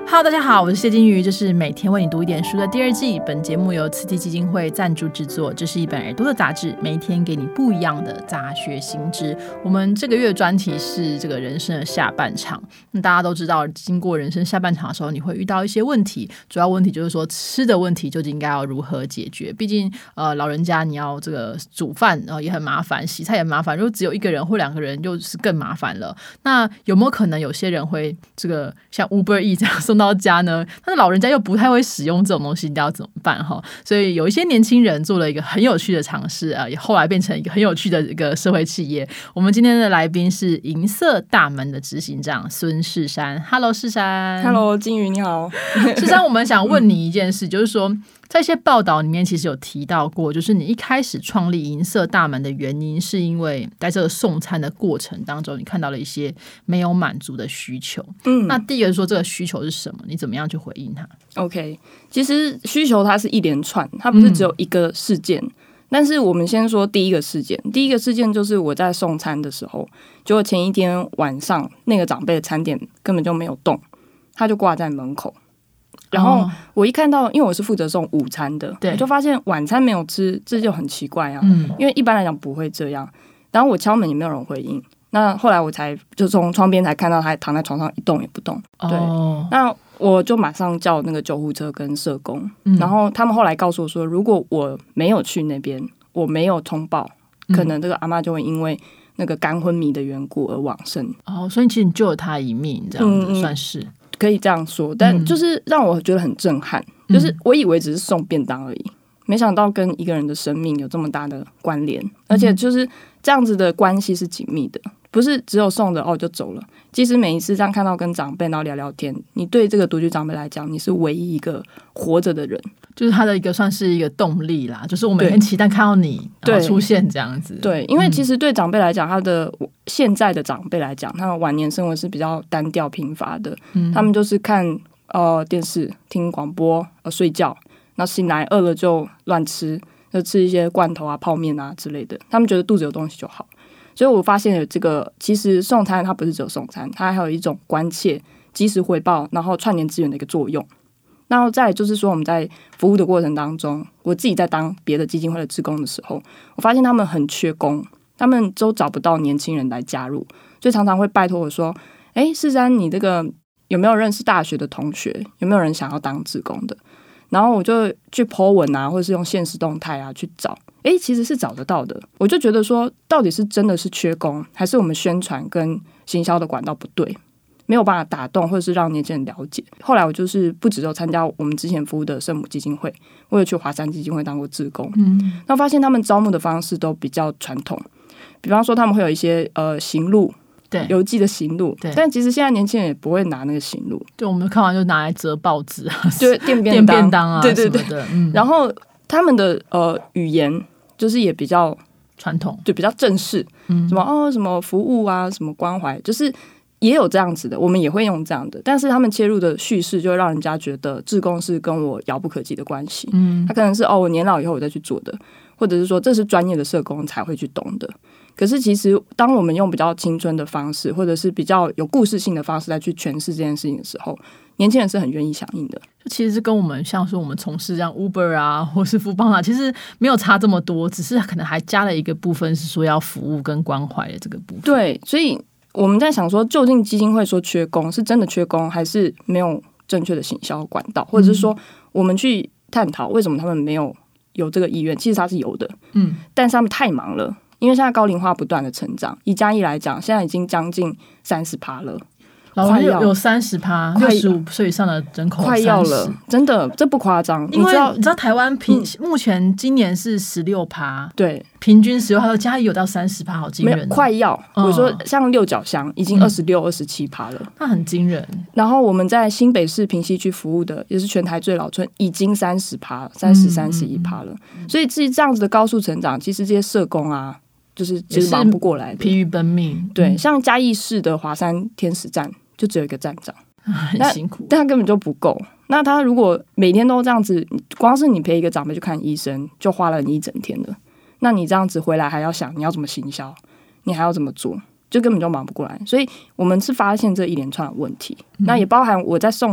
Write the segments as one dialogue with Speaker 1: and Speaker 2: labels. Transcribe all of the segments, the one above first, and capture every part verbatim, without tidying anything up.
Speaker 1: Hello， 大家好，我是谢金鱼，这是每天为你读一点书的第二季。本节目由慈济基金会赞助制作，这是一本耳朵的杂志，每一天给你不一样的杂学新知。我们这个月的专题是这个人生的下半场。那大家都知道，经过人生下半场的时候，你会遇到一些问题，主要问题就是说吃的问题究竟应该要如何解决？毕竟呃，老人家你要这个煮饭、呃、也很麻烦，洗菜也很麻烦，如果只有一个人或两个人，就是更麻烦了。那有没有可能有些人会这个像 Uber Eats 这样送到家呢？但是老人家又不太会使用这种东西，你要怎么办哈？所以有一些年轻人做了一个很有趣的尝试啊，也后来变成一个很有趣的一个社会企业。我们今天的来宾是银色大门的执行长孙世山。Hello， 世山。
Speaker 2: Hello， 金鱼你好。
Speaker 1: 世山，我们想问你一件事，就是说，在一些报道里面其实有提到过，就是你一开始创立银色大门的原因，是因为在这个送餐的过程当中，你看到了一些没有满足的需求。嗯，那第一个是说这个需求是什么？你怎么样去回应它
Speaker 2: ？OK， 其实需求它是一连串，它不是只有一个事件。嗯，但是我们先说第一个事件，第一个事件就是我在送餐的时候，结果前一天晚上那个长辈的餐点根本就没有动，他就挂在门口。然后我一看到，因为我是负责送午餐的，我就发现晚餐没有吃，这就很奇怪啊。嗯，因为一般来讲不会这样。然后我敲门也没有人回应，那后来我才就从窗边才看到他躺在床上一动也不动。对，哦，那我就马上叫那个救护车跟社工，嗯，然后他们后来告诉我说，如果我没有去那边，我没有通报，可能这个阿嬷就会因为那个肝昏迷的缘故而往生。
Speaker 1: 哦，所以其实你救了他一命，这样子，嗯，算是。
Speaker 2: 可以这样说，但就是让我觉得很震撼，嗯，就是我以为只是送便当而已，没想到跟一个人的生命有这么大的关联，而且就是这样子的关系是紧密的，不是只有送着哦就走了。其实每一次这样看到跟长辈然后聊聊天，你对这个独居长辈来讲，你是唯一一个活着的人，
Speaker 1: 就是他的一个算是一个动力啦，就是我每天期待看到你然后出现这样子。
Speaker 2: 对，因为其实对长辈来讲，他的现在的长辈来讲，他的晚年生活是比较单调贫乏的，嗯，他们就是看呃电视、听广播、呃睡觉，然后醒来饿了就乱吃，就吃一些罐头啊、泡面啊之类的，他们觉得肚子有东西就好。所以我发现有这个，其实送餐它不是只有送餐，它还有一种关切、及时回报，然后串联资源的一个作用。然后再来就是说，我们在服务的过程当中，我自己在当别的基金会的志工的时候，我发现他们很缺工，他们都找不到年轻人来加入，所以常常会拜托我说：“哎，世山，你这个有没有认识大学的同学？有没有人想要当志工的？”然后我就去 po 文啊，或者是用限时动态啊去找，诶，其实是找得到的。我就觉得说，到底是真的是缺工，还是我们宣传跟行销的管道不对，没有办法打动或者是让年轻人了解。后来我就是不只有参加我们之前服务的圣母基金会，我有去华山基金会当过志工，嗯，那发现他们招募的方式都比较传统，比方说他们会有一些呃行路。对，邮寄的行路，但其实现在年轻人也不会拿那个行路，
Speaker 1: 对，我们看完就拿来折报纸啊，
Speaker 2: 就电便当、
Speaker 1: 电便当啊，
Speaker 2: 对对对，
Speaker 1: 嗯，
Speaker 2: 然后他们的呃语言就是也比较
Speaker 1: 传统，
Speaker 2: 就比较正式，嗯，什么哦什么服务啊，什么关怀，就是也有这样子的，我们也会用这样的，但是他们切入的叙事就会让人家觉得志工是跟我遥不可及的关系，嗯，他可能是哦我年老以后我再去做的，或者是说这是专业的社工才会去懂的。可是其实当我们用比较青春的方式，或者是比较有故事性的方式来去诠释这件事情的时候，年轻人是很愿意响应的。
Speaker 1: 其实是跟我们像说我们从事这样 Uber 啊或是Foodpanda，其实没有差这么多，只是可能还加了一个部分是说要服务跟关怀的这个部分。
Speaker 2: 对，所以我们在想说，究竟基金会说缺工是真的缺工，还是没有正确的行销管道，或者是说我们去探讨为什么他们没有有这个意愿？其实他是有的，嗯，但是他们太忙了。因为现在高龄化不断的成长，以嘉义来讲，现在已经将近三十趴了，
Speaker 1: 老人有有三十趴，六十五岁以上的人口
Speaker 2: 快要了，真的，这不夸张。
Speaker 1: 因为你知道台湾平、嗯、目前今年是十六趴，
Speaker 2: 对，
Speaker 1: 平均十六趴，嘉义有到三十趴，好惊人、哦。
Speaker 2: 快要，嗯、我说像六角乡已经二十六、二十七趴了，
Speaker 1: 那很惊人。
Speaker 2: 然后我们在新北市平西区服务的，也是全台最老村，已经三十趴，三十、三十一趴了。所以其实这样子的高速成长，其实这些社工啊。就是其实忙不过来的，
Speaker 1: 疲于奔命。
Speaker 2: 对，像嘉义市的华山天使站就只有一个站长，
Speaker 1: 很辛苦，
Speaker 2: 但他根本就不够。那他如果每天都这样子，光是你陪一个长辈去看医生，就花了你一整天了。那你这样子回来还要想你要怎么行销，你还要怎么做，就根本就忙不过来。所以我们是发现这一连串的问题，嗯、那也包含我在送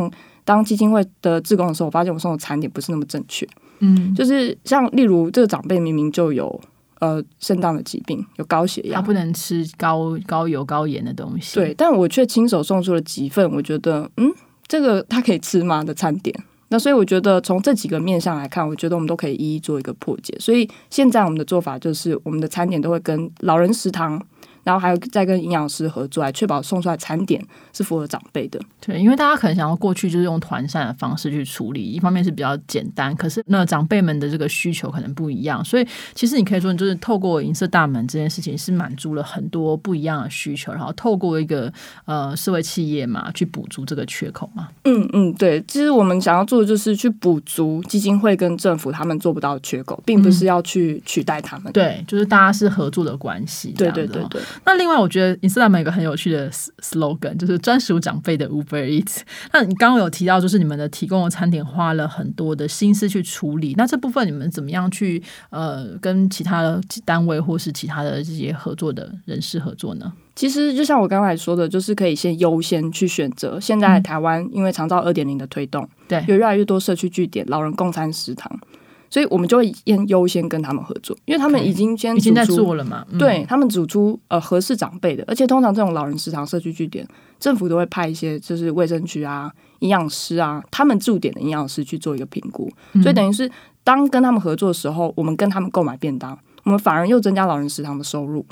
Speaker 2: 当基金会的志工的时候，我发现我送的餐点不是那么正确。
Speaker 1: 嗯，
Speaker 2: 就是像例如这个长辈明明就有呃肾脏的疾病，有高血压，
Speaker 1: 他不能吃高高油高盐的东西，
Speaker 2: 对，但我却亲手送出了几份我觉得嗯这个他可以吃吗的餐点。那所以我觉得从这几个面向来看，我觉得我们都可以一一做一个破解。所以现在我们的做法就是我们的餐点都会跟老人食堂，然后还有再跟营养师合作，来确保送出来餐点是符合长辈的。
Speaker 1: 对，因为大家可能想要过去就是用团膳的方式去处理，一方面是比较简单，可是那长辈们的这个需求可能不一样，所以其实你可以说，你就是透过银色大门这件事情是满足了很多不一样的需求，然后透过一个呃社会企业嘛去补足这个缺口嘛。
Speaker 2: 嗯嗯，对，其实我们想要做的就是去补足基金会跟政府他们做不到的缺口，并不是要去取代他们。
Speaker 1: 嗯、对，就是大家是合作的关系。
Speaker 2: 对对对对。
Speaker 1: 那另外，我觉得银色大门有一个很有趣的 slogan， 就是专属长辈的 Uber Eats。那你刚刚有提到，就是你们的提供的餐点花了很多的心思去处理，那这部分你们怎么样去呃跟其他的单位或是其他的这些合作的人士合作呢？
Speaker 2: 其实就像我刚才说的，就是可以先优先去选择。现在台湾因为长照 二点零 的推动，
Speaker 1: 对，
Speaker 2: 有越来越多社区据点、老人共餐食堂，所以我们就会先优先跟他们合作，因为他们已经先
Speaker 1: 已经在做了嘛。嗯、
Speaker 2: 对，他们煮出呃合适长辈的，而且通常这种老人食堂、社区据点，政府都会派一些就是卫生局啊、营养师啊，他们驻点的营养师去做一个评估，
Speaker 1: 嗯、
Speaker 2: 所以等于是当跟他们合作的时候，我们跟他们购买便当，我们反而又增加老人食堂的收入。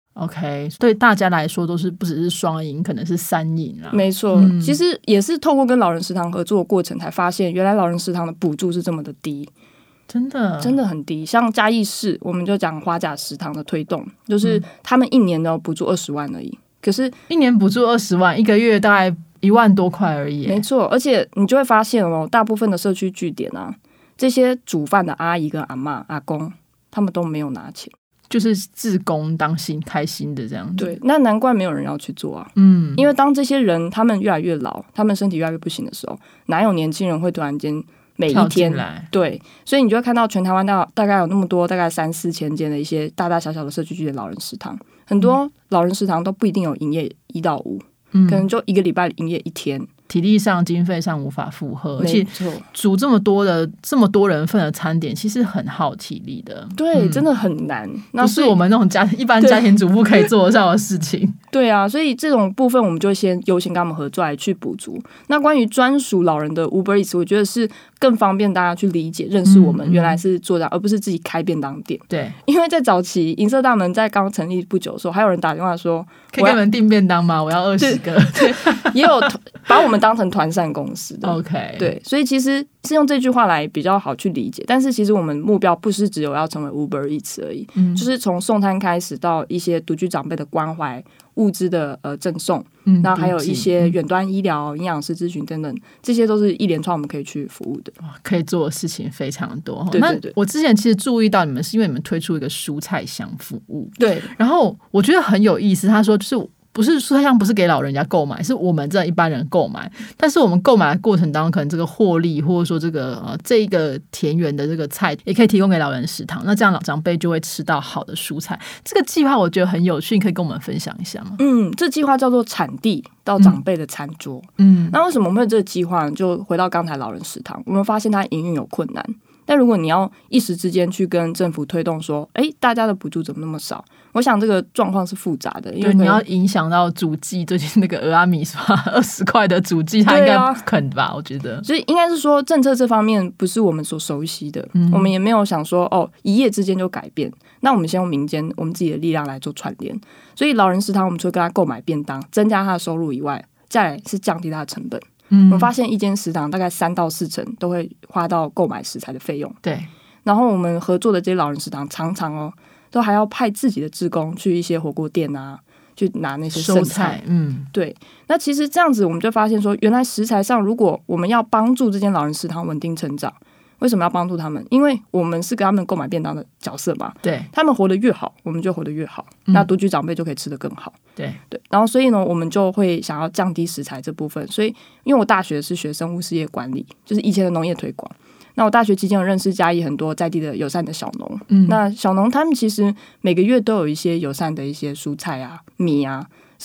Speaker 1: OK， 对大家来说都是不只是双赢，可能是三赢啦。
Speaker 2: 没错、嗯，其实也是透过跟老人食堂合作的过程，才发现原来老人食堂的补助是这么的低，
Speaker 1: 真的
Speaker 2: 真的很低。像嘉义市，我们就讲花甲食堂的推动，就是他们一年呢补助二十万而已，可是
Speaker 1: 一年补助二十万，一个月大概一万多块而已。
Speaker 2: 没错，而且你就会发现哦，大部分的社区据点啊，这些煮饭的阿姨跟阿嬷、阿公，他们都没有拿钱。
Speaker 1: 就是志工当心开心的这样子。
Speaker 2: 对，那难怪没有人要去做啊。
Speaker 1: 嗯，
Speaker 2: 因为当这些人他们越来越老，他们身体越来越不行的时候，哪有年轻人会突然间每一天
Speaker 1: 来？对，
Speaker 2: 所以你就会看到全台湾大大概有那么多大概三四千间的一些大大小小的社区据点老人食堂，很多老人食堂都不一定有营业一到五，嗯，可能就一个礼拜营业一天。
Speaker 1: 体力上、经费上无法负荷，而且煮这么多的、这么多人份的餐点，其实很耗体力的。
Speaker 2: 对，嗯、真的很难，那
Speaker 1: 不是我们那种家一般家庭主妇可以做得上的事情。
Speaker 2: 对啊，所以这种部分我们就先优先跟他们合作来去补足。那关于专属老人的 Uber Eats， 我觉得是更方便大家去理解、认识我们原来是做这样，嗯嗯而不是自己开便当店。
Speaker 1: 对，
Speaker 2: 因为在早期银色大门在刚成立不久的时候，还有人打电话说：“
Speaker 1: 可以给你们订便当吗？我要二十个。”
Speaker 2: 对，也有把我们当成团膳公司的。
Speaker 1: OK，
Speaker 2: 对，所以其实是用这句话来比较好去理解。但是其实我们目标不是只有要成为 Uber Eats 而已，嗯、就是从送餐开始到一些独居长辈的关怀、物资的呃赠送，嗯，然后还有一些远端医疗、营养师咨询等等，这些都是一连串我们可以去服务的。
Speaker 1: 可以做的事情非常多。
Speaker 2: 对对对，
Speaker 1: 那我之前其实注意到你们是因为你们推出一个蔬菜箱服务，
Speaker 2: 对，
Speaker 1: 然后我觉得很有意思。他说就是。不是蔬菜箱不是给老人家购买，是我们这一般人购买。但是我们购买的过程当中，可能这个获利或者说这个呃这一个田园的这个菜，也可以提供给老人食堂。那这样老长辈就会吃到好的蔬菜。这个计划我觉得很有趣，你可以跟我们分享一下吗？
Speaker 2: 嗯，这计划叫做产地到长辈的餐桌。嗯，那为什么我们会有这个计划呢？就回到刚才老人食堂，我们发现它营运有困难。但如果你要一时之间去跟政府推动说，哎，大家的补助怎么那么少？我想这个状况是复杂的，因为
Speaker 1: 你要影响到主计，最近那个俄阿米说二十块的主计，他应该不肯吧？我觉得，
Speaker 2: 所以应该是说政策这方面不是我们所熟悉的，嗯、我们也没有想说哦一夜之间就改变。那我们先用民间我们自己的力量来做串联。所以老人食堂，我们除了跟他购买便当，增加他的收入以外，再来是降低他的成本。嗯、我们发现一间食堂大概三到四成都会花到购买食材的费用。
Speaker 1: 对，
Speaker 2: 然后我们合作的这些老人食堂，常常哦都还要派自己的志工去一些火锅店啊，去拿那些剩菜。嗯，对。那其实这样子，我们就发现说，原来食材上，如果我们要帮助这间老人食堂稳定成长，为什么要帮助他们？因为我们是给他们购买便当的角色嘛。
Speaker 1: 对，
Speaker 2: 他们活得越好，我们就活得越好。嗯、那独居长辈就可以吃得更好。
Speaker 1: 对
Speaker 2: 对，然后所以呢，我们就会想要降低食材这部分。所以，因为我大学是学生物事业管理，就是以前的农业推广。那我大学期间有认识嘉义很多在地的友善的小农，嗯，那小农他们其实每个月都有一些友善的一些蔬菜啊、米啊，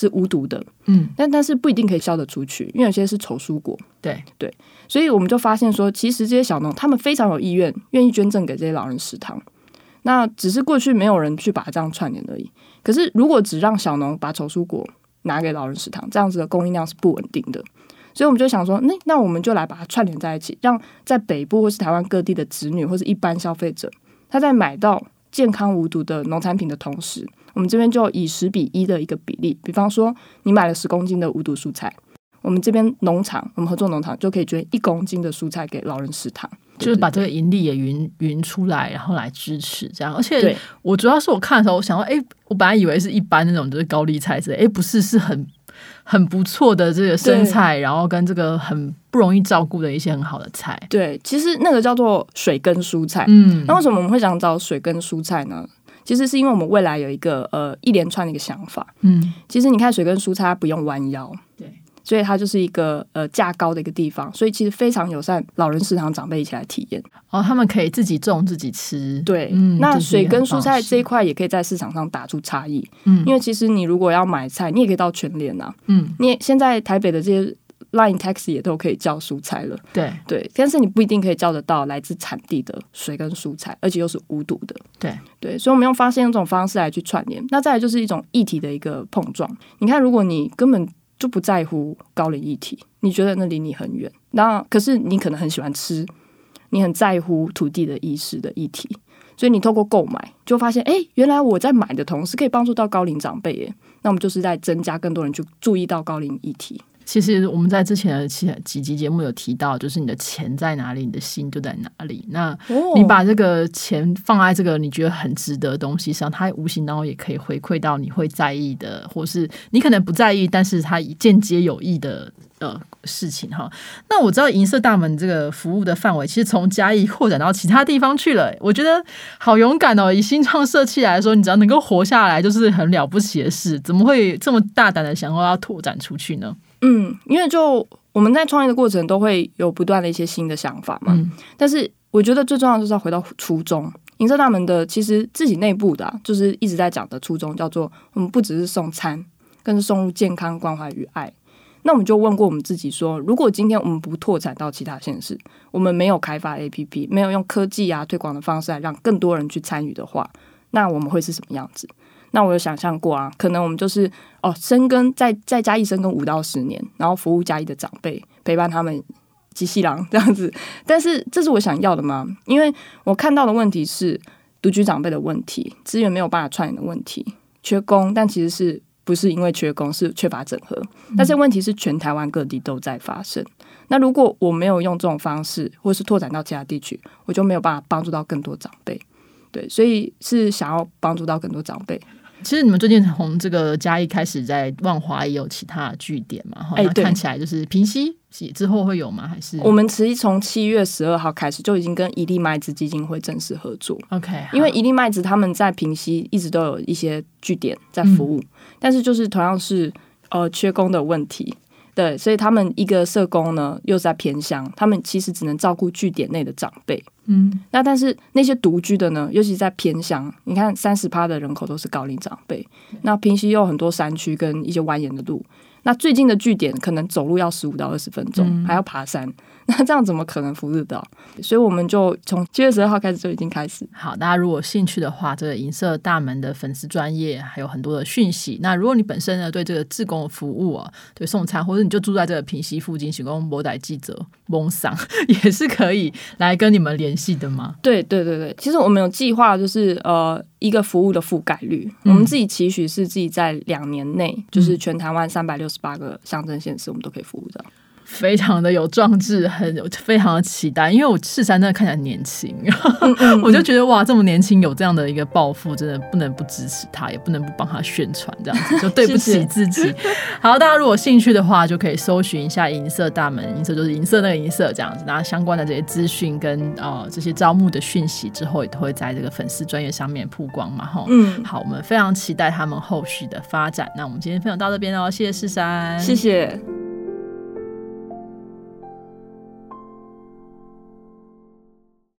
Speaker 2: 是无毒的，
Speaker 1: 嗯，
Speaker 2: 但但是不一定可以销得出去，因为有些是丑蔬果，
Speaker 1: 对
Speaker 2: 对，所以我们就发现说，其实这些小农他们非常有意愿，愿意捐赠给这些老人食堂。那只是过去没有人去把它这样串联而已。可是如果只让小农把丑蔬果拿给老人食堂，这样子的供应量是不稳定的。所以我们就想说，那那我们就来把它串联在一起，让在北部或是台湾各地的子女或是一般消费者，他在买到健康无毒的农产品的同时，我们这边就以十比一的一个比例，比方说你买了十公斤的无毒蔬菜，我们这边农场，我们合作农场就可以捐一公斤的蔬菜给老人食堂，
Speaker 1: 就是把这个盈利也匀匀出来，然后来支持这样。而且我主要是我看的时候，我想说，哎，我本来以为是一般那种就是高丽菜之类，哎，不是，是很很不错的这个生菜，然后跟这个很不容易照顾的一些很好的菜。
Speaker 2: 对，其实那个叫做水根蔬菜。
Speaker 1: 嗯，
Speaker 2: 那为什么我们会想找水根蔬菜呢？其实是因为我们未来有一个呃一连串的一个想法。嗯，其实你看水根蔬菜它不用弯腰，对，所以它就是一个呃架高的一个地方，所以其实非常友善老人食堂长辈一起来体验。
Speaker 1: 哦，他们可以自己种自己吃。
Speaker 2: 对，嗯，那水根蔬菜这一块也可以在市场上打出差异。嗯，因为其实你如果要买菜，你也可以到全联啊。嗯，你也现在台北的这些 Line Taxi 也都可以叫蔬菜了。
Speaker 1: 对
Speaker 2: 对，但是你不一定可以叫得到来自产地的水跟蔬菜，而且又是无毒的。
Speaker 1: 对
Speaker 2: 对，所以我们用发现这种方式来去串联。那再来就是一种议题的一个碰撞。你看，如果你根本就不在乎高龄议题，你觉得那离你很远，那可是你可能很喜欢吃，你很在乎土地的意识的议题，所以你透过购买就发现，哎，原来我在买的同时可以帮助到高龄长辈耶。那我们就是在增加更多人去注意到高龄议题。
Speaker 1: 其实我们在之前的几集节目有提到，就是你的钱在哪里，你的心就在哪里。那你把这个钱放在这个你觉得很值得的东西上，它无形当中也可以回馈到你会在意的，或是你可能不在意，但是它间接有益的呃事情哈。那我知道银色大门这个服务的范围其实从嘉义扩展到其他地方去了，我觉得好勇敢哦！以新创社企来说，你只要能够活下来就是很了不起的事，怎么会这么大胆的想要拓展出去呢？
Speaker 2: 嗯，因为就我们在创业的过程都会有不断的一些新的想法嘛，嗯、但是我觉得最重要的就是要回到初衷。银色大门的其实自己内部的、啊、就是一直在讲的初衷叫做我们不只是送餐，更是送入健康关怀与爱。那我们就问过我们自己说，如果今天我们不拓展到其他县市，我们没有开发 A P P， 没有用科技啊推广的方式来让更多人去参与的话，那我们会是什么样子？那我有想象过啊，可能我们就是哦，深耕在在嘉义深耕五到十年，然后服务嘉义的长辈，陪伴他们吉西郎这样子。但是这是我想要的吗？因为我看到的问题是独居长辈的问题，资源没有办法串联的问题，缺工，但其实是不是因为缺工，是缺乏整合。但是问题是全台湾各地都在发生。那如果我没有用这种方式，或是拓展到其他地区，我就没有办法帮助到更多长辈。对，所以是想要帮助到更多长辈。
Speaker 1: 其实你们最近从这个嘉义开始，在万华也有其他的据点嘛？哎，对，看起来就是平溪之后会有吗？还是
Speaker 2: 我们其实从七月十二号开始就已经跟一粒麦子基金会正式合作。
Speaker 1: OK，
Speaker 2: 因为一粒麦子他们在平溪一直都有一些据点在服务，嗯、但是就是同样是呃缺工的问题。对，所以他们一个社工呢又在偏乡，他们其实只能照顾据点内的长辈。嗯，那但是那些独居的呢，尤其在偏乡，你看 百分之三十 的人口都是高龄长辈。那平溪又有很多山区跟一些蜿蜒的路，那最近的据点可能走路要十五到二十分钟，嗯、还要爬山，那这样怎么可能服务到？所以我们就从七月十二号开始就已经开始。
Speaker 1: 好，大家如果有兴趣的话，这个银色大门的粉丝专页还有很多的讯息。那如果你本身呢对这个志工的服务啊，对送餐，或者你就住在这个平溪附近，喜欢某代记者蒙桑也是可以来跟你们联系的吗？
Speaker 2: 对对对对，其实我们有计划，就是呃一个服务的覆盖率，嗯、我们自己期许是自己在两年内，就是全台湾三百六十八个乡镇县市，我们都可以服务到。
Speaker 1: 非常的有壮志，很非常的期待，因为我世山真的看起来很年轻，嗯嗯我就觉得哇，这么年轻有这样的一个抱负，真的不能不支持他，也不能不帮他宣传，这样子就对不起自己。谢谢好，大家如果有兴趣的话，就可以搜寻一下银色大门，银色就是银色那个银色这样子，然后相关的这些资讯跟呃这些招募的讯息之后，也都会在这个粉丝专页上面曝光嘛。嗯，好，我们非常期待他们后续的发展。那我们今天分享到这边哦，谢谢世山，
Speaker 2: 谢谢。